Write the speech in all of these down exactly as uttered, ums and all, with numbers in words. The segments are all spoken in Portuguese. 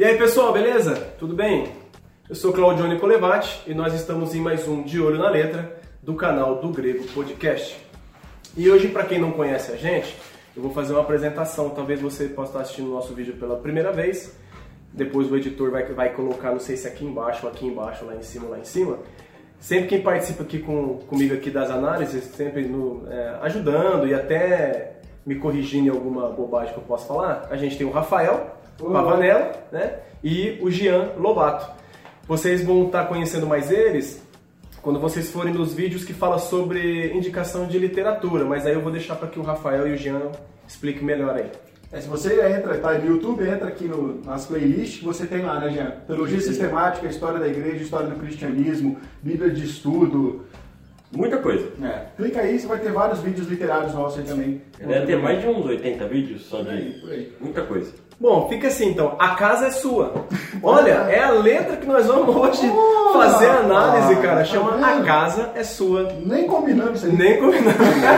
E aí pessoal, beleza? Tudo bem? Eu sou Claudione Colevati e nós estamos em mais um De Olho na Letra do canal do Grego Podcast. E hoje, para quem não conhece a gente, eu vou fazer uma apresentação. Talvez você possa estar assistindo o nosso vídeo pela primeira vez. Depois o editor vai, vai colocar, não sei se aqui embaixo, aqui embaixo, lá em cima, lá em cima. Sempre quem participa aqui com, comigo aqui das análises, sempre no, é, ajudando e até me corrigindo em alguma bobagem que eu possa falar, a gente tem o Rafael Pavanello, né, e o Jean Lobato. Vocês vão estar conhecendo mais eles quando vocês forem nos vídeos que falam sobre indicação de literatura, mas aí eu vou deixar para que o Rafael e o Jean expliquem melhor aí. É, se você entra, tá no YouTube, entra aqui no, nas playlists, você tem lá, né, Jean? Teologia sistemática, história da igreja, história do cristianismo, Bíblia de estudo. Muita coisa. É. Clica aí, você vai ter vários vídeos literários nossos aí também. Deve ter mais de uns oitenta vídeos só de... Por aí, por aí. Muita coisa. Bom, fica assim então, a casa é sua. Olha, é a letra que nós vamos hoje oh, fazer a análise, cara. tá Chama vendo? A Casa é Sua. Nem combinamos isso aí. Nem combinamos.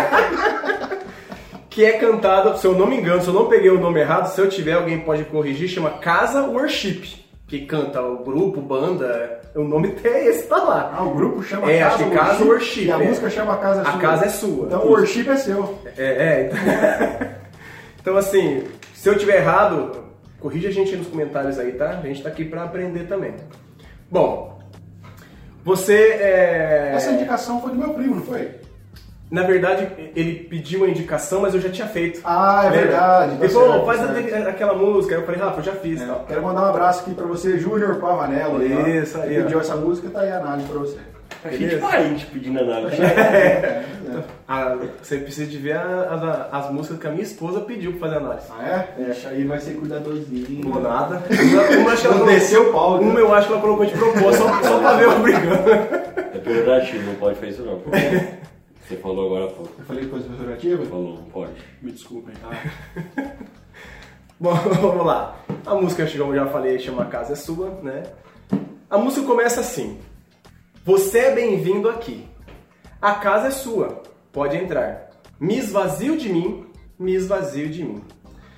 Que é cantado, se eu não me engano, se eu não peguei o nome errado, se eu tiver, alguém pode corrigir, chama Casa Worship. Que canta o grupo, banda, o nome é esse, tá lá. Ah, o grupo chama é, Casa acho que Casa Worship, Worship. E a é. música chama Casa é Sua. A Casa é Sua. Então o Worship é seu. É, é. Então, então assim, se eu tiver errado, corrija a gente aí nos comentários aí, tá? A gente tá aqui pra aprender também. Bom, você é... Essa indicação foi do meu primo, não foi? Na verdade, ele pediu a indicação, mas eu já tinha feito. Ah, é verdade. Ele tá falou, certo, faz tá certo. aquela música. Aí eu falei, Rafa, eu já fiz. É, Tal. Quero mandar um abraço aqui pra você, Júnior Pavanello. Isso aí, Ele ó. pediu essa música, tá aí a análise pra você. Tá cheio de parente pedindo análise. É, é. Ah, você precisa de ver a- a- as músicas que a minha esposa pediu pra fazer análise. Ah, é? Deixa aí, vai ser cuidadorzinho. Não nada. Uma, acho que ela Não colocou- desceu o pau. uma eu acho que ela colocou de propósito, só, só pra ver eu brigando. É pejorativo, não pode fazer isso não. Pô. Você falou agora há pouco. Eu falei coisa pejorativa? Falou, não pode. Me desculpem, tá? Bom, vamos lá. A música, como eu já falei, chama A Casa é Sua, né? A música começa assim. Você é bem-vindo aqui. A casa é sua. Pode entrar. Me esvazio de mim, me esvazio de mim.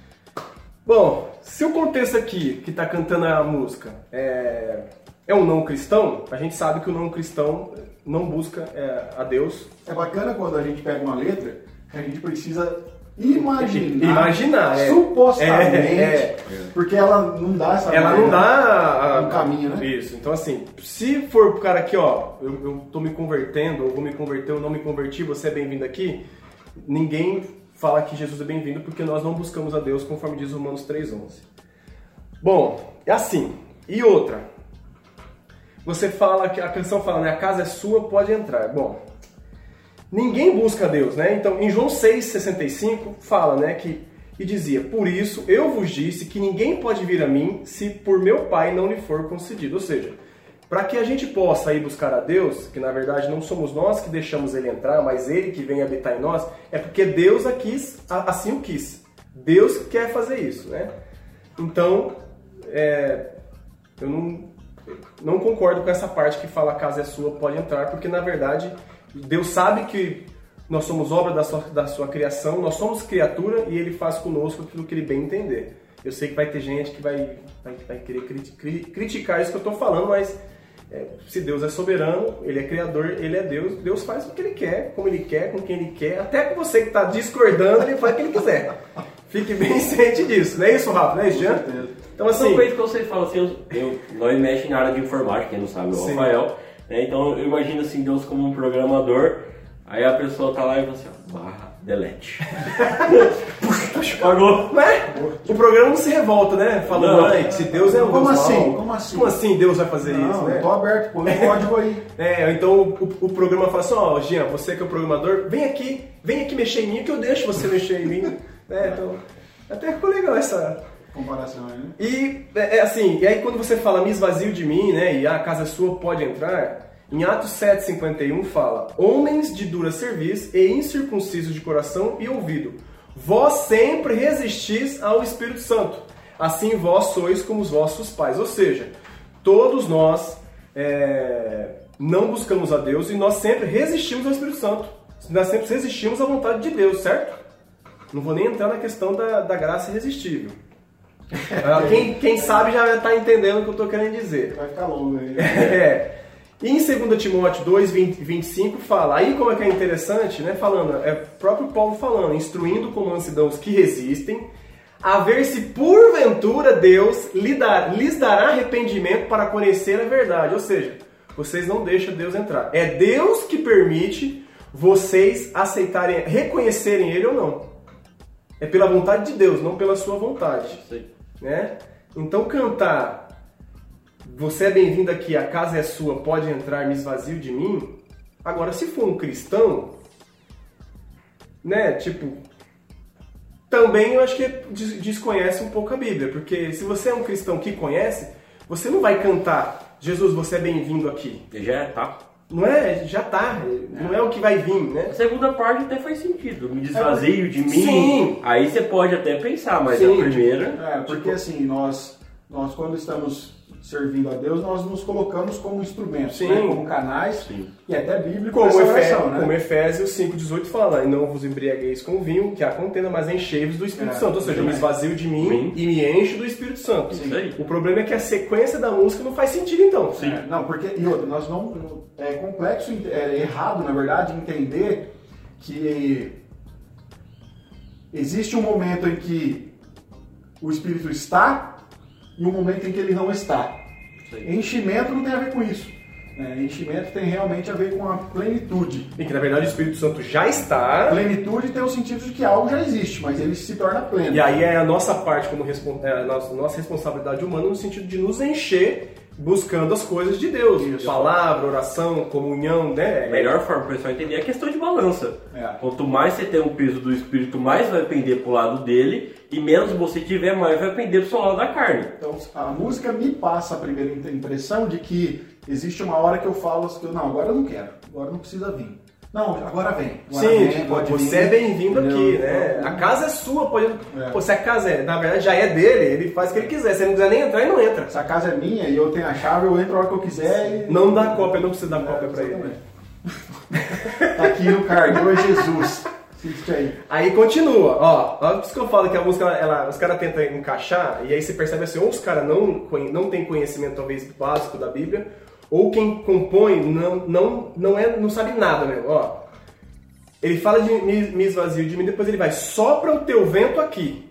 Bom, se o contexto aqui, que está cantando a música, é, é um não cristão, a gente sabe que o não cristão não busca é, a Deus. É bacana quando a gente pega uma letra que a gente precisa imaginar. Imaginar, é. Supostamente. É, é. Porque ela não dá essa Ela não dá um caminho, né? Isso. Então, assim, se for pro cara aqui, ó, eu, eu tô me convertendo, eu vou me converter, eu não me converti, você é bem-vindo aqui, ninguém fala que Jesus é bem-vindo porque nós não buscamos a Deus, conforme diz Romanos três, onze. Bom, é assim. E outra. Você fala, que a canção fala, né? A casa é sua, pode entrar. Bom, ninguém busca a Deus, né? Então, em João seis, sessenta e cinco, fala, né, que e dizia, por isso eu vos disse que ninguém pode vir a mim se por meu Pai não lhe for concedido. Ou seja, para que a gente possa ir buscar a Deus, que na verdade não somos nós que deixamos Ele entrar, mas Ele que vem habitar em nós, é porque Deus a quis, assim o quis. Deus quer fazer isso, né? Então, é, eu não, não concordo com essa parte que fala a casa é sua, pode entrar, porque na verdade Deus sabe que nós somos obra da sua, da sua criação, nós somos criatura e Ele faz conosco aquilo que Ele bem entender. Eu sei que vai ter gente que vai, vai, vai querer cri, cri, criticar isso que eu estou falando, mas é, se Deus é soberano, Ele é criador, Ele é Deus, Deus faz o que Ele quer, como Ele quer, com quem Ele quer, até com você que está discordando, Ele faz o que Ele quiser. Fique bem ciente disso, não é isso, Rafa? Não é isso, Jean? Então, assim, São coisas que você fala assim, eu, eu, nós mexemos na área de informática, quem não sabe, é o Sim. Rafael. Né? Então eu imagino assim, Deus como um programador, aí a pessoa tá lá e fala assim, ó, barra, delete. Puxa, pagou. Né? O programa não se revolta, né? Falando, Não. ai, se Deus é um Como Deus assim? mau, Como assim? Como assim Deus vai fazer Não, isso, né? eu tô aberto, põe o código aí. É, então o, o programa fala assim, ó, Jean, você que é o programador, vem aqui, vem aqui mexer em mim que eu deixo você mexer em mim. É, então, até ficou legal essa... Comparação aí, né? E, é, é assim, e aí quando você fala me esvazio de mim, né, e a casa sua pode entrar, em Atos sete, cinquenta e um fala, homens de dura cerviz e incircuncisos de coração e ouvido, vós sempre resistis ao Espírito Santo, assim vós sois como os vossos pais. Ou seja, todos nós é, não buscamos a Deus e nós sempre resistimos ao Espírito Santo. Nós sempre resistimos à vontade de Deus, certo? Não vou nem entrar na questão da, da graça irresistível. Quem, quem sabe já está entendendo o que eu estou querendo dizer. Vai ficar longo aí. É. E em dois Timóteo dois, vinte, vinte e cinco fala, aí como é que é interessante, né? Falando, é o próprio Paulo falando, instruindo com mansidão os que resistem, a ver se porventura Deus lhe dar, lhes dará arrependimento para conhecer a verdade. Ou seja, vocês não deixam Deus entrar. É Deus que permite vocês aceitarem, reconhecerem Ele ou não. É pela vontade de Deus, não pela sua vontade. Sim. Né? Então cantar você é bem-vindo aqui, a casa é sua, pode entrar, me esvazio de mim. Agora, se for um cristão, né, tipo, também eu acho que desconhece um pouco a Bíblia, porque se você é um cristão que conhece, você não vai cantar, Jesus, você é bem-vindo aqui. Já tá. Não é? Já tá. Não é o que vai vir, né? A segunda parte até faz sentido. Me desvazio é, de mim. Sim. Aí você pode até pensar, mas Sim, a primeira... É, porque tipo, assim, nós, nós quando estamos servindo a Deus, nós nos colocamos como instrumentos, Sim. né? Como canais, Sim. e até bíblico Como, essa Efé, oração, né? como Efésios cinco, dezoito fala, e não vos embriagueis com vinho, que há contenda, mas enchei-vos do Espírito É, Santo. Ou seja, eu me esvazio de mim Sim. e me encho do Espírito Santo. Isso aí. O problema é que a sequência da música não faz sentido, então. Sim. É, não, porque, e outra, nós não, é complexo, é errado, na verdade, entender que existe um momento em que o Espírito está e um momento em que ele não está. Sim. Enchimento não tem a ver com isso. Né? Enchimento tem realmente a ver com a plenitude. E que na verdade o Espírito Santo já está. Plenitude tem o sentido de que algo já existe, mas ele se torna pleno. E aí é a nossa parte como respon- é a nossa, nossa responsabilidade humana no sentido de nos encher buscando as coisas de Deus. Isso. Palavra, oração, comunhão, né? A melhor forma para o pessoal entender é a questão de balança. É. Quanto mais você tem um peso do espírito, mais vai pender pro lado dele, e menos você tiver, mais vai pender pro seu lado da carne. Então, a música me passa a primeira impressão de que existe uma hora que eu falo assim, não, agora eu não quero, agora não precisa vir. Não, agora vem. Agora Sim, vem, tipo, pode você vir. é bem-vindo aqui, Entendeu? né? A casa é sua, pode. É. Pô, se a casa é, na verdade já é dele, ele faz o que ele quiser. Se ele não quiser nem entrar, ele não entra. Se a casa é minha e eu tenho a chave, eu entro a hora que eu quiser e... Não dá cópia, não precisa dar É, cópia pra ele. exatamente. Tá aqui no card, eu é Jesus. Assiste aí. Aí continua, ó, ó, por isso que eu falo que a música, ela, os caras tentam encaixar, e aí você percebe assim, ou os caras não, conhe- não tem conhecimento talvez básico da Bíblia, ou quem compõe não, não, não, é, não sabe nada mesmo, ó. Ele fala de me, me esvazio de mim, depois ele vai, sopra o teu vento aqui,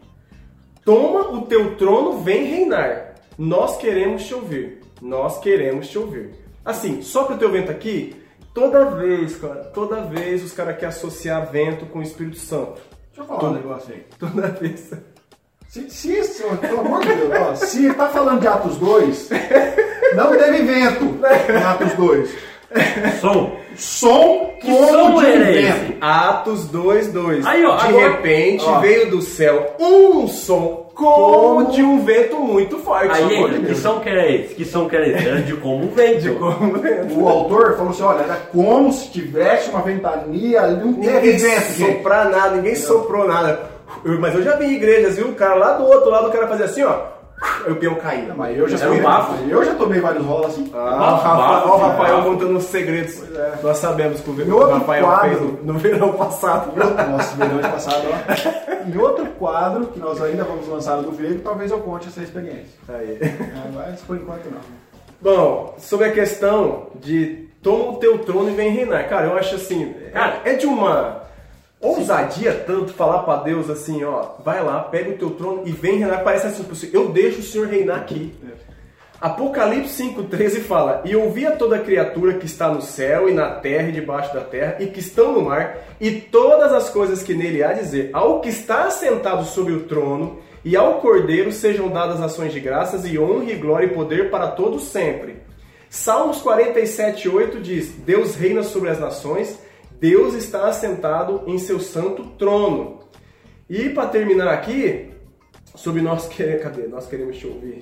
toma o teu trono, vem reinar, nós queremos te ouvir, nós queremos te ouvir. Assim, sopra o teu vento aqui, toda vez, cara, toda vez os caras querem associar vento com o Espírito Santo. Deixa eu falar um negócio aí. Toda vez. Se, se isso, pelo amor de Deus, ó, se tá falando de Atos dois, não teve vento em Atos dois. Som. Som Que como som de um era vento. esse? Atos dois, dois. Aí, ó, de agora- repente ó. veio do céu um som como Como- de um vento muito forte. Aí, Pelo amor de que Deus. som que era esse? Que som que era esse? Era de como um vento. De como vento. O autor falou assim, olha, era como se tivesse uma ventania ali, não teve Ninguém vento, gente. soprar nada, ninguém soprou nada. Eu- mas eu já vi em igrejas, viu? O cara lá do outro lado, o cara fazia assim, ó. Aí o peão caía. Mas eu já, Era um tomei, bafo. eu já tomei vários rolos assim. Ah, o Bafo, Rafa- bafo, ó, o Rafael bafo. contando os segredos. Pois é. Nós sabemos que o, Em o outro Rafael quadro- fez no, no verão passado. Nossa, verão de passado, ó. Em outro quadro, que nós ainda vamos lançar no Veigo, talvez eu conte essa experiência. Aí. É, mas por enquanto não. Bom, sobre a questão de toma o teu trono e vem reinar. Cara, eu acho assim, Cara, é de uma ousadia tanto falar pra Deus assim, ó, vai lá, pega o teu trono e vem reinar. Parece assim, eu deixo o Senhor reinar aqui. Apocalipse cinco, treze fala, e ouvia toda criatura que está no céu e na terra e debaixo da terra e que estão no mar e todas as coisas que nele há a dizer, ao que está assentado sobre o trono e ao Cordeiro sejam dadas ações de graças e honra e glória e poder para todos sempre. Salmos quarenta e sete, oito diz, Deus reina sobre as nações, Deus está assentado em seu santo trono. E para terminar aqui, sobre nós queremos, cadê? Nós queremos te ouvir.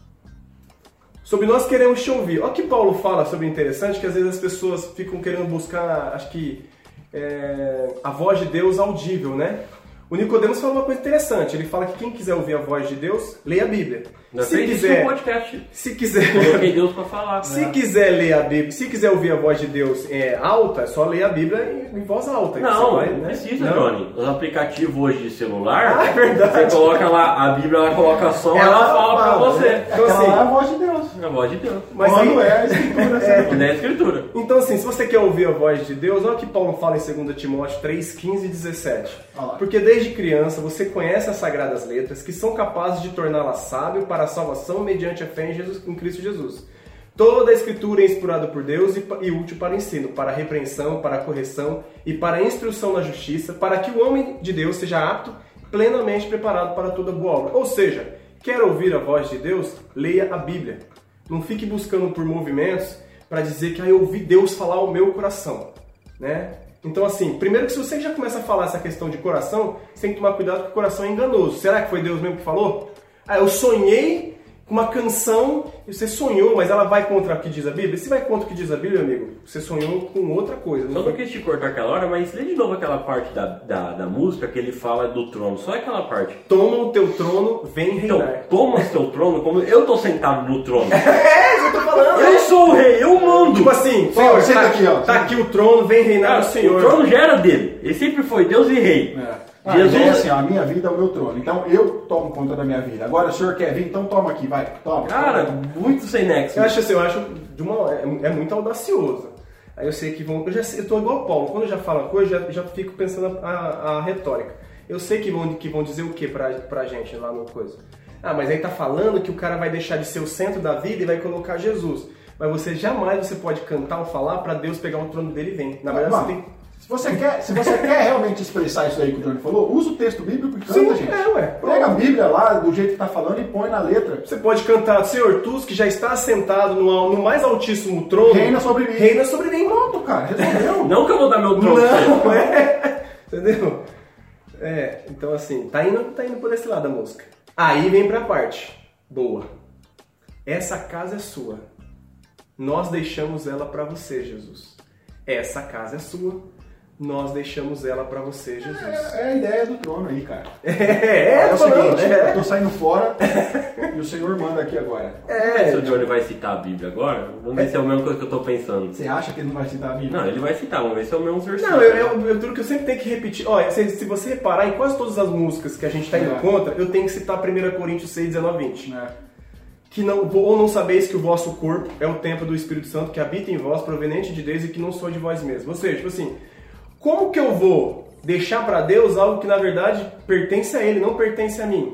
Sobre nós queremos te ouvir. Olha o que Paulo fala sobre interessante, que às vezes as pessoas ficam querendo buscar, acho que, é, a voz de Deus audível, né? O Nicodemos fala uma coisa interessante. Ele fala que quem quiser ouvir a voz de Deus, leia a Bíblia. Não se fez quiser, isso no podcast. Se quiser, Coloquei Deus pra falar. se né? quiser ler a Bíblia, se quiser ouvir a voz de Deus é, alta, é só ler a Bíblia em, em voz alta. Não, vai, não né? precisa, não. Johnny. Os aplicativos hoje de celular, Ah, é verdade. você coloca lá, a Bíblia, ela coloca som, ela, Ela fala pra fala, você. né? Então, Aquela assim, lá é a voz de Deus. É a voz de Deus. Mas Quando aí- é a escritura, É. Quando é a escritura. Então, assim, se você quer ouvir a voz de Deus, olha o que Paulo fala em dois Timóteo três, quinze e dezessete. Olha lá. Porque desde criança você conhece as sagradas letras que são capazes de torná-la sábio para a salvação mediante a fé em, Jesus, em Cristo Jesus. Toda a escritura é inspirada por Deus e, e útil para ensino, para a repreensão, para a correção e para a instrução na justiça, para que o homem de Deus seja apto, plenamente preparado para toda boa obra. Ou seja, quer ouvir a voz de Deus? Leia a Bíblia. Não fique buscando por movimentos para dizer que ah, eu ouvi Deus falar ao meu coração, né? Então, assim, primeiro que se você já começa a falar essa questão de coração, você tem que tomar cuidado porque o coração é enganoso. Será que foi Deus mesmo que falou? Ah, eu sonhei com uma canção, e você sonhou, mas ela vai contra o que diz a Bíblia? Se vai contra o que diz a Bíblia, amigo, você sonhou com outra coisa. Só Não não foi... quis te cortar aquela hora, mas lê de novo aquela parte da, da, da música que ele fala do trono. Só aquela parte. Toma o teu trono, vem Então, reinar. toma seu trono como eu tô sentado no trono. É, isso que eu tô falando. Eu sou o rei, eu mando. Tipo assim, Ó, Senhor, senta tá, aqui, ó. tá aqui o trono, vem reinar Cara, o Senhor. o trono já era dele. Ele sempre foi Deus e rei. É. Ah, Jesus- é assim, ó, a minha vida é o meu trono. Então eu tomo conta da minha vida. Agora o senhor quer vir, então toma aqui, vai. Toma. Cara, toma. muito sem nexo. Eu acho assim, eu acho de uma, é, é muito audacioso. Aí eu sei que vão. Eu já sei- eu tô igual o Paulo, quando eu já falo uma coisa, já, já fico pensando a, a, a retórica. Eu sei que vão, que vão dizer o que pra, pra gente lá no coisa. Ah, mas aí tá falando que o cara vai deixar de ser o centro da vida e vai colocar Jesus. Mas você jamais você pode cantar ou falar pra Deus pegar o trono dele e vem. Na verdade, Mano, você tem. Se você, quer, se você quer realmente expressar isso aí que o Johnny falou, usa o texto bíblico e canta, Sim, gente. é, ué. Pega a Bíblia lá, do jeito que tá falando, e põe na letra. Você pode cantar, Senhor, tu que já está sentado no, no mais altíssimo trono. Reina sobre mim. Reina sobre mim. Pronto, cara, resolveu. Não que eu vou dar meu trono pra você. Não, é. Entendeu? É, então assim, tá indo, tá indo por esse lado a música. Aí vem pra parte boa. Essa casa é sua. Nós deixamos ela pra você, Jesus. Essa casa é sua. Nós deixamos ela pra você, Jesus. É, é a ideia do trono aí, cara. É, é, É o falando, seguinte, é. eu tô saindo fora e o Senhor manda aqui agora. É, Se o Johnny vai citar a Bíblia agora, vamos ver se é a mesma coisa que eu tô pensando. Você acha que ele não vai citar a Bíblia? Não, ele vai citar, vamos ver se é o mesmo versículo. Não, eu, eu, eu tudo que eu sempre tenho que repetir. Olha, se, se você reparar, em quase todas as músicas que a gente tá indo É. contra, eu tenho que citar primeira Coríntios seis, dezenove, vinte. É. Que não, ou não sabeis que o vosso corpo é o templo do Espírito Santo que habita em vós, proveniente de Deus e que não sou de vós mesmos. Ou seja, tipo assim, como que eu vou deixar para Deus algo que na verdade pertence a Ele, não pertence a mim?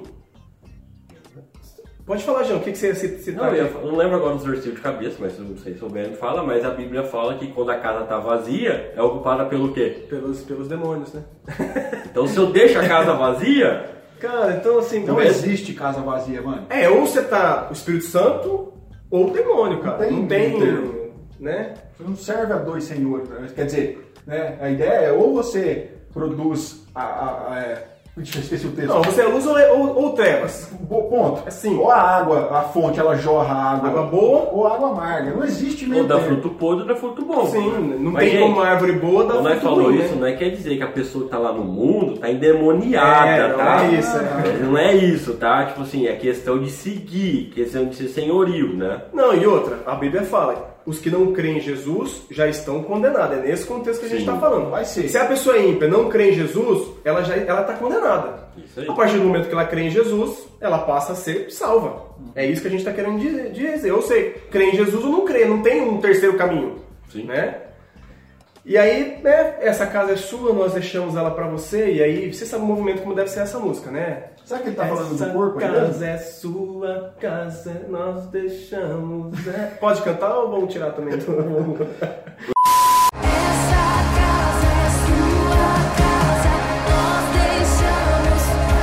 Pode falar, João, o que, que você ia citar? Não, eu aqui? ia- não lembro agora os versículos de cabeça, mas se vocês souberem fala, mas a Bíblia fala que quando a casa tá vazia, é ocupada pelo quê? Pelos, pelos demônios, né? Então se eu deixo a casa vazia, Cara, então assim... Não então, existe casa vazia, mano. É, ou você tá o Espírito Santo ou o demônio, cara. Não Não tem tem, meio termo. né? Você não serve a dois senhores. né? Quer dizer, né, a ideia é ou você produz a... a, a é, Deixa eu esqueci o texto. Não, você é luz ou, ou, ou trevas. Bo- Ponto. Assim. Ou a água, a fonte, ela jorra água. Água boa. Ou água amarga. Não existe meio ou dá termo. fruto podre ou dá fruto bom. Sim, não Mas, tem gente, como uma árvore boa dar Quando nós fruto falou ruim, isso, né? não é quer dizer que a pessoa que tá lá no mundo tá endemoniada, É, não tá? é isso, é. Não é isso, tá? Tipo assim, é questão de seguir, questão de ser senhorio, né? Não, e outra, a Bíblia fala, os que não creem em Jesus já estão condenados. É nesse contexto que a gente Sim. está falando. Vai ser. Se a pessoa é ímpia não crê em Jesus, ela já ela está condenada. Isso aí. A partir do momento que ela crê em Jesus, ela passa a ser salva. É isso que a gente está querendo dizer, dizer. Ou seja, crê em Jesus ou não crê, não tem um terceiro caminho. Sim. Né? E aí, né, essa casa é sua, nós deixamos ela pra você, e aí você sabe o movimento como deve ser essa música, né? Sabe que ele tá falando Essa do corpo aí? casa é sua casa, nós deixamos. É... Pode cantar ou vamos tirar também do. Essa casa é sua casa, nós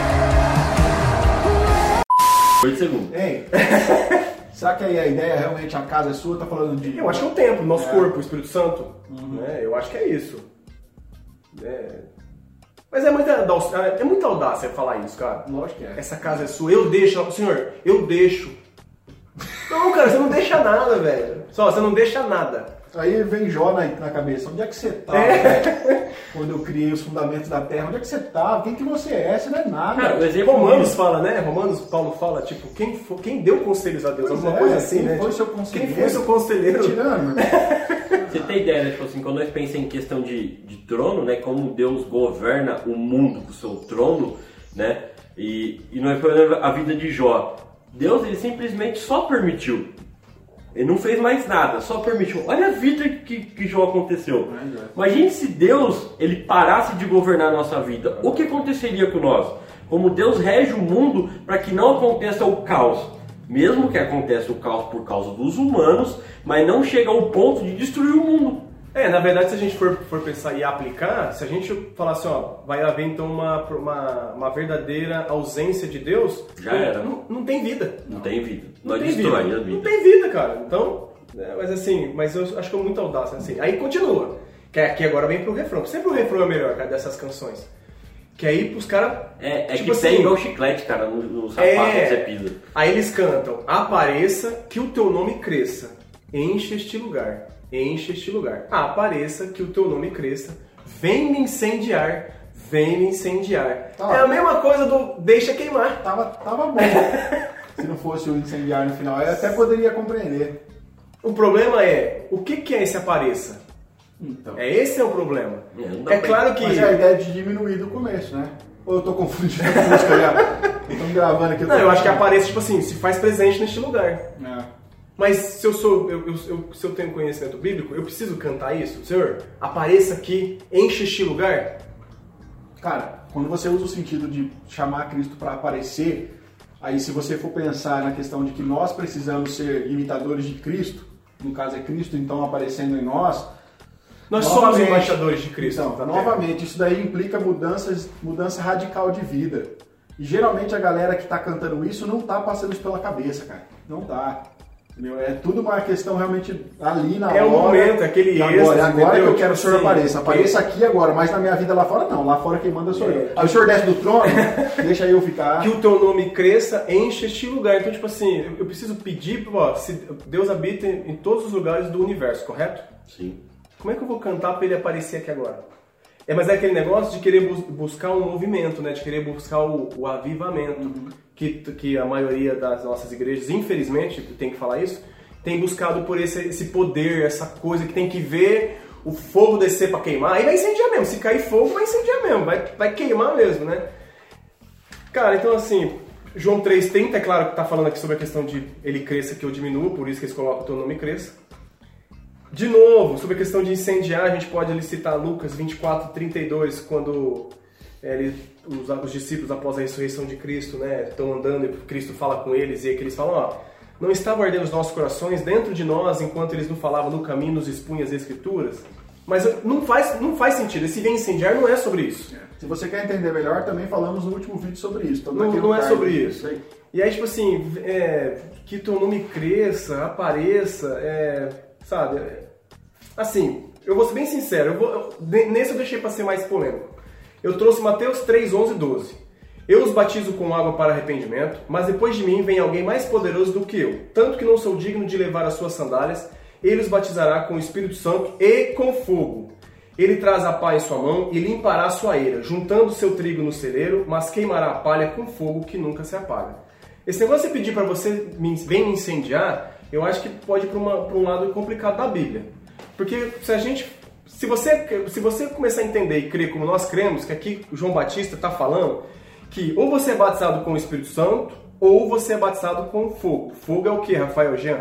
deixamos. Oito segundos. Ei, será que aí a ideia realmente a casa é sua? Tá falando de... Eu acho que é o templo, nosso É. corpo, o Espírito Santo. Né? Eu acho que é isso. É... Mas é muita, audácia, é muita audácia falar isso, cara. Lógico que é. Essa casa é sua, eu deixo, senhor, eu deixo. Não, cara, você não deixa nada, velho. Só, você não deixa nada. Aí vem Jó na, na cabeça. Onde é que você tá? É. Quando eu criei os fundamentos da terra, onde é que você tá? Quem que você é? Você não é nada. Cara, o exemplo Romanos disso- fala, né? Romanos, Paulo fala, tipo, quem, for, quem deu conselhos a Deus? Pois Alguma é, coisa assim, quem né? foi Tipo, seu conselheiro? Quem foi seu conselheiro? Tirando, né? Você tem ideia, né? Tipo assim, quando nós pensamos em questão de, de trono, né? Como Deus governa o mundo com o seu trono, né? E, e nós falamos a vida de Jó. Deus, ele simplesmente só permitiu. Ele não fez mais nada, só permitiu. Olha a vida que, que Jó aconteceu. Imagine se Deus, ele parasse de governar a nossa vida. O que aconteceria com nós? Como Deus rege o mundo para que não aconteça o caos. Mesmo que aconteça o caos por causa dos humanos, mas não chega ao ponto de destruir o mundo. É, na verdade, se a gente for, for pensar e aplicar, se a gente falar assim, ó, vai haver então uma, uma, uma verdadeira ausência de Deus, Já era. Não, não tem vida. Não tem vida. Não Nós tem destrói vida. a vida. Não tem vida, cara. Então, é, mas assim, mas eu acho que é muito audácia, assim. Aí continua. Que aqui agora vem pro refrão. Sempre o refrão é o melhor, cara, dessas canções. Que aí pros caras... É, é tipo que assim, pega igual chiclete, cara, no, no sapato É. que você pisa. Aí eles cantam: apareça que o teu nome cresça, enche este lugar, enche este lugar. Apareça que o teu nome cresça, vem me incendiar, vem me incendiar. Tá. É a mesma coisa do deixa queimar. Tava, tava bom. Se não fosse o incendiário no final, eu até poderia compreender. O problema é, o que que é esse apareça? Então. É esse é o problema. É, não dá É pra- claro que... Mas é a ideia de diminuir do começo, né? Ou eu tô confundindo a música já? Estamos gravando aqui. Não, eu acho que apareça, tipo assim, se faz presente neste lugar. É. Mas se eu sou, eu, eu- eu- se eu tenho conhecimento bíblico, eu preciso cantar isso? Senhor, apareça aqui, enche este lugar. Cara, quando você usa o sentido de chamar Cristo para aparecer, aí se você for pensar na questão de que nós precisamos ser imitadores de Cristo, no caso é Cristo então aparecendo em nós, Nós novamente- somos embaixadores de Cristo. Então, tá? novamente, isso daí implica mudanças, mudança radical de vida. E geralmente a galera que tá cantando isso não tá passando isso pela cabeça, cara. Não tá. Entendeu? É tudo uma questão realmente ali na É hora. o momento, aquele E agora, êxtase, agora que entendeu? eu quero que o senhor Tipo apareça. assim, Apareça aqui agora, mas na minha vida lá fora não. Lá fora quem manda sou É. eu. Aí o senhor desce do trono, deixa eu ficar. Que o teu nome cresça, enche este lugar. Então, tipo assim, eu- eu preciso pedir, ó, se Deus habita em em todos os lugares do universo, correto? Sim. Como é que eu vou cantar para ele aparecer aqui agora? É, mas é aquele negócio de querer bus- buscar um movimento, né? De querer buscar o, o avivamento. Que, que a maioria das nossas igrejas, infelizmente, tem que falar isso, tem buscado por esse, esse poder, essa coisa que tem que ver o fogo descer para queimar. Aí vai incendiar mesmo. Se cair fogo, vai incendiar mesmo. Vai, vai queimar mesmo, né? Cara, então assim, João três trinta, é claro que tá falando aqui sobre a questão de ele cresça que eu diminuo, por isso que eles colocam o teu nome cresça. De novo, sobre a questão de incendiar, a gente pode ali citar Lucas vinte e quatro, trinta e dois, quando é, ele, os, os discípulos, após a ressurreição de Cristo, né, estão andando e Cristo fala com eles, e aí que eles falam, ó, não estavam ardendo os nossos corações dentro de nós, enquanto eles não falavam no caminho, nos expunham as Escrituras? Mas não faz, não faz sentido, esse vem incendiar não é sobre isso. Se você quer entender melhor, também falamos no último vídeo sobre isso. Então, Não, naquele não é card, sobre isso. aí. E aí, tipo assim, é, que teu nome cresça, apareça, é, sabe? é, assim, eu vou ser bem sincero, eu vou, eu- ne- nesse eu deixei para ser mais polêmico. Eu trouxe Mateus três, onze e doze. Eu os batizo com água para arrependimento, mas depois de mim vem alguém mais poderoso do que eu, tanto que não sou digno de levar as suas sandálias. Ele os batizará com o Espírito Santo e com fogo. Ele traz a pá em sua mão e limpará a sua eira, juntando seu trigo no celeiro, mas queimará a palha com fogo que nunca se apaga. Esse negócio de pedir para você me, vem me incendiar, eu acho que pode ir para um lado complicado da Bíblia. Porque se a gente, se você, se você começar a entender e crer como nós cremos, que aqui o João Batista está falando, que ou você é batizado com o Espírito Santo, ou você é batizado com fogo. Fogo é o que, Rafael Jean?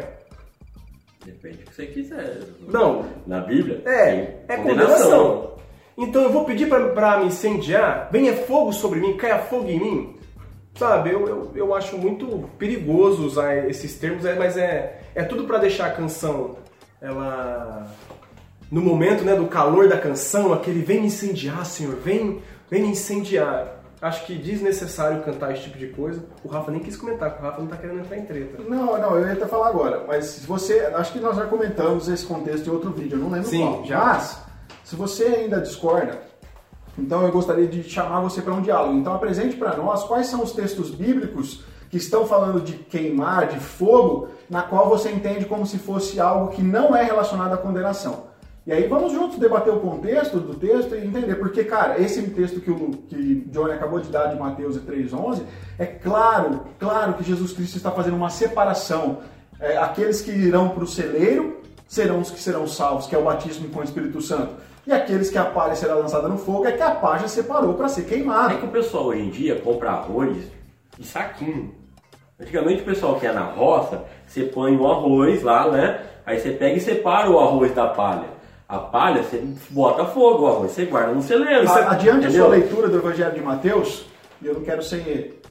Depende do que você quiser. Não. Na Bíblia? É, é tem condenação. Então eu vou pedir para me incendiar, venha fogo sobre mim, caia fogo em mim. Sabe, eu, eu, eu acho muito perigoso usar esses termos, é, mas é, é tudo para deixar a canção, ela... No momento, né, do calor da canção, aquele vem me incendiar, Senhor, vem, vem me incendiar. Acho que desnecessário cantar esse tipo de coisa. O Rafa nem quis comentar, porque o Rafa não tá querendo entrar em treta. Não, não, eu ia até falar agora, mas se você, acho que nós já comentamos esse contexto em outro vídeo, eu não lembro Sim, qual. já. Mas, se você ainda discorda, então eu gostaria de chamar você para um diálogo. Então apresente para nós quais são os textos bíblicos que estão falando de queimar, de fogo, na qual você entende como se fosse algo que não é relacionado à condenação. E aí vamos juntos debater o contexto do texto e entender, porque, cara, esse texto que o que Johnny acabou de dar de Mateus três, onze, é claro, claro que Jesus Cristo está fazendo uma separação. É, aqueles que irão para o celeiro serão os que serão salvos, que é o batismo com o Espírito Santo. E aqueles que a palha será lançada no fogo é que a palha separou para ser queimada. É que o pessoal hoje em dia compra arroz de saquinho. Antigamente o pessoal que ia na roça, você põe o arroz lá, né? Aí você pega e separa o arroz da palha. A palha, você bota fogo, o arroz você guarda no celeiro. A, adiante entendeu? a sua leitura do Evangelho de Mateus, e eu não quero ser...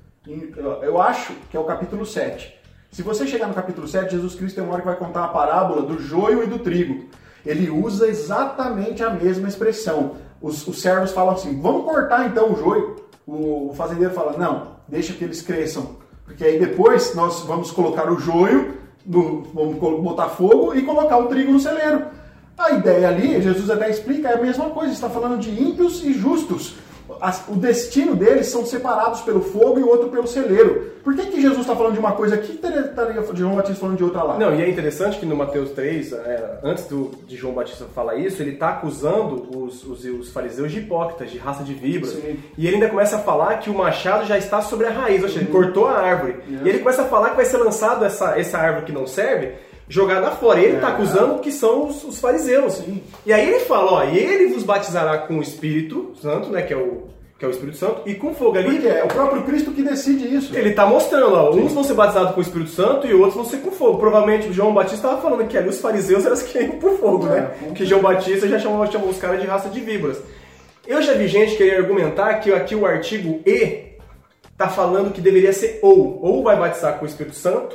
Eu acho que é o capítulo sete. Se você chegar no capítulo sete, Jesus Cristo tem uma hora que vai contar a parábola do joio e do trigo. Ele usa exatamente a mesma expressão. Os, os servos falam assim, vamos cortar então o joio. O, o fazendeiro fala, não, deixa que eles cresçam. Porque aí depois nós vamos colocar o joio, no, vamos botar fogo e colocar o trigo no celeiro. A ideia ali, Jesus até explica, é a mesma coisa, está falando de ímpios e justos. As, o destino deles são separados pelo fogo e o outro pelo celeiro. Por que, que Jesus está falando de uma coisa aqui e estaria João Batista falando de outra lá? Não, e é interessante que no Mateus três, é, antes do, de João Batista falar isso, ele está acusando os, os, os fariseus de hipócritas, de raça de víboras. Sim. E ele ainda começa a falar que o machado já está sobre a raiz, ou seja, ele cortou a árvore. Yes. E ele começa a falar que vai ser lançado essa, essa árvore que não serve, jogada fora. Ele está é. acusando que são os, os fariseus. Sim. E aí ele fala, ó, e ele vos batizará com o Espírito Santo, né, que é o, que é o Espírito Santo, e com fogo ali. Porque é o próprio Cristo que decide isso. Ele está mostrando, ó, uns vão ser batizados com o Espírito Santo e outros vão ser com fogo. Provavelmente o João Batista estava falando que ali os fariseus eram os que iam por fogo, É, né? com Que João Batista já chamou, chamou os caras de raça de víboras. Eu já vi gente querer argumentar que aqui o artigo E está falando que deveria ser ou. Ou vai batizar com o Espírito Santo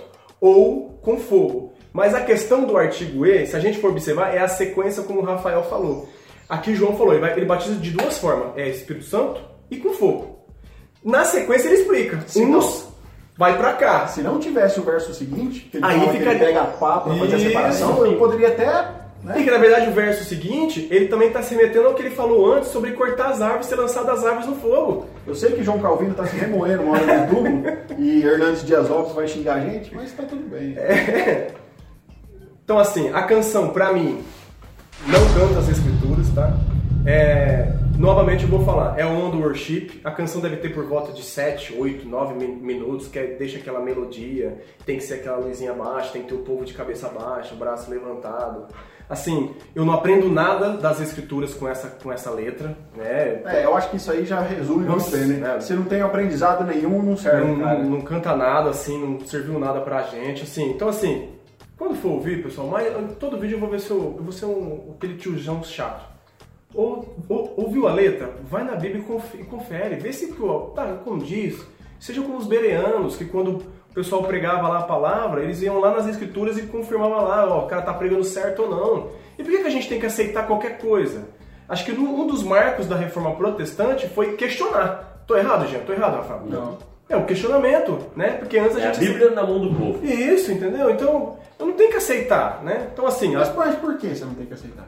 ou com fogo. Mas a questão do artigo E, se a gente for observar, é a sequência como o Rafael falou. Aqui João falou, ele, vai, ele batiza de duas formas, é Espírito Santo e com fogo. Na sequência ele explica, Se uns não- vai pra cá. Se não tivesse o verso seguinte, que ele Aí fala que fica- ele pega a pá para fazer a Isso. separação, eu poderia até... Né? E que na verdade o verso seguinte, ele também está se remetendo ao que ele falou antes sobre cortar as árvores e ser lançado as árvores no fogo. Eu sei que João Calvino está se remoendo uma hora no YouTube e Hernandes Dias Lopes vai xingar a gente, mas tá tudo bem. Então assim, a canção pra mim não canta as escrituras, tá? É, novamente eu vou falar, é On The Worship, a canção deve ter por volta de sete, oito, nove minutos, que é, deixa aquela melodia, tem que ser aquela luzinha baixa, tem que ter o povo de cabeça baixa, o braço levantado. Assim, eu não aprendo nada das escrituras com essa, com essa letra, né? É, eu acho que isso aí já resume muito bem, né? É. Se não tem aprendizado nenhum, não serve, Não, cara. não, não canta nada, assim, não serviu nada pra gente, assim. Então, assim, quando for ouvir, pessoal, mas todo vídeo eu vou ver se eu, eu vou ser um, aquele tiozão chato. Ou, ou, ouviu a letra? Vai na Bíblia e conf- e confere, vê se ó, tá, como diz. Seja como os bereanos, que quando o pessoal pregava lá a palavra, eles iam lá nas escrituras e confirmavam lá, ó, o cara tá pregando certo ou não. E por que, que a gente tem que aceitar qualquer coisa? Acho que um dos marcos da reforma protestante foi questionar. Tô errado, gente? Tô errado, Rafael? Não. É o questionamento, né? Porque antes a É a gente... Bíblia na mão do povo. Isso, entendeu? Então, eu não tenho que aceitar, né? Então, assim... Mas, a- mas por que você não tem que aceitar?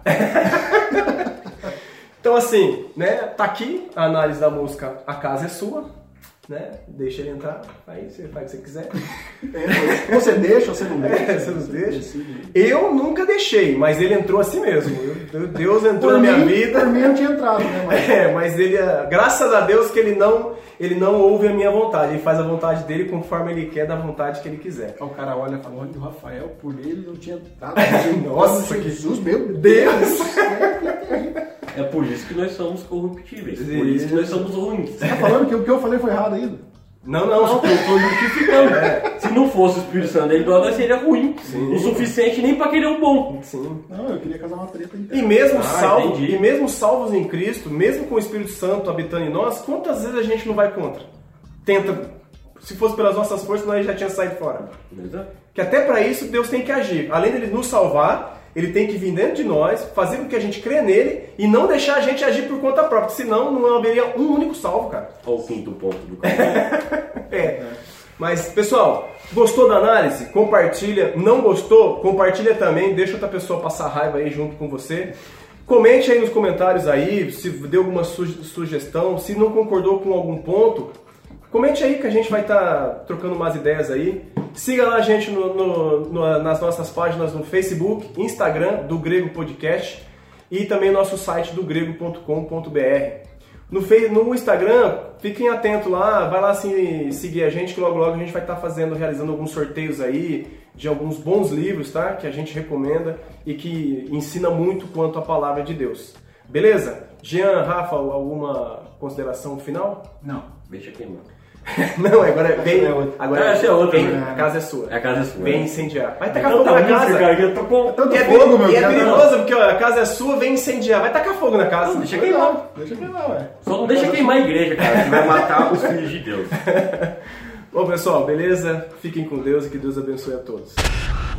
Então, assim, né? Tá aqui a análise da música A Casa é Sua, né? Deixa ele entrar, aí você faz o que você quiser. Você deixa ou você não deixa? É, você nos deixa. Decide. Eu nunca deixei, mas ele entrou assim mesmo. Eu- Deus entrou Por na minha mim, vida. por mim eu tinha entrado, né? Mas... É, mas ele, graças a Deus que ele não, ele não ouve a minha vontade. Ele faz a vontade dele conforme ele quer, da vontade que ele quiser. O cara olha e fala, olha o Rafael, por ele não tinha dado. Nossa, que- Jesus, meu Deus! É por isso que nós somos corruptíveis. Por isso que nós somos ruins. Você tá falando que o que eu falei foi errado ainda? Não, não, Não, eu tô justificando. Se não fosse o Espírito Santo dele, nós seria ruim. O suficiente nem pra querer o bom. sim. Não, eu queria casar uma treta E inteira. mesmo, Ah, salvo, entendi. e mesmo salvos em Cristo, mesmo com o Espírito Santo habitando em nós, quantas vezes a gente não vai contra? Tenta. Se fosse pelas nossas forças, nós já tinha saído fora. Exato. Que até para isso Deus tem que agir. Além dele nos salvar, ele tem que vir dentro de nós, fazer com que a gente crê nele e não deixar a gente agir por conta própria. Senão não haveria um único salvo, cara. Olha o quinto ponto do capítulo. É. Mas, pessoal, gostou da análise? Compartilha. Não gostou? Compartilha também. Deixa outra pessoa passar raiva aí junto com você. Comente aí nos comentários aí se deu alguma su- sugestão. Se não concordou com algum ponto, Comente aí que a gente vai estar trocando umas ideias aí. Siga lá a gente no, no, no, nas nossas páginas no Facebook, Instagram, do Grego Podcast e também nosso site do grego ponto com ponto b r. No, no Instagram, fiquem atentos lá, vai lá assim, seguir a gente que logo logo a gente vai estar fazendo, realizando alguns sorteios aí de alguns bons livros, tá? Que a gente recomenda e que ensina muito quanto à palavra de Deus. Beleza? Jean, Rafa, alguma consideração final? Não. Deixa queimar. Não, agora vem. Agora Ah, essa é outra, vem, né? a casa é sua. A casa é sua. Vem incendiar. Vai tacar Então fogo tá na muito, casa. cara, que eu tô com... Tanto E é, fogo, meu e é cara. perigoso porque ó, a casa é sua, vem incendiar. Vai tacar fogo na casa. Não, deixa queimar. Deixa queimar, ué. Só não deixa queimar a igreja, cara, que vai matar os filhos de Deus. Bom, pessoal, beleza? Fiquem com Deus e que Deus abençoe a todos.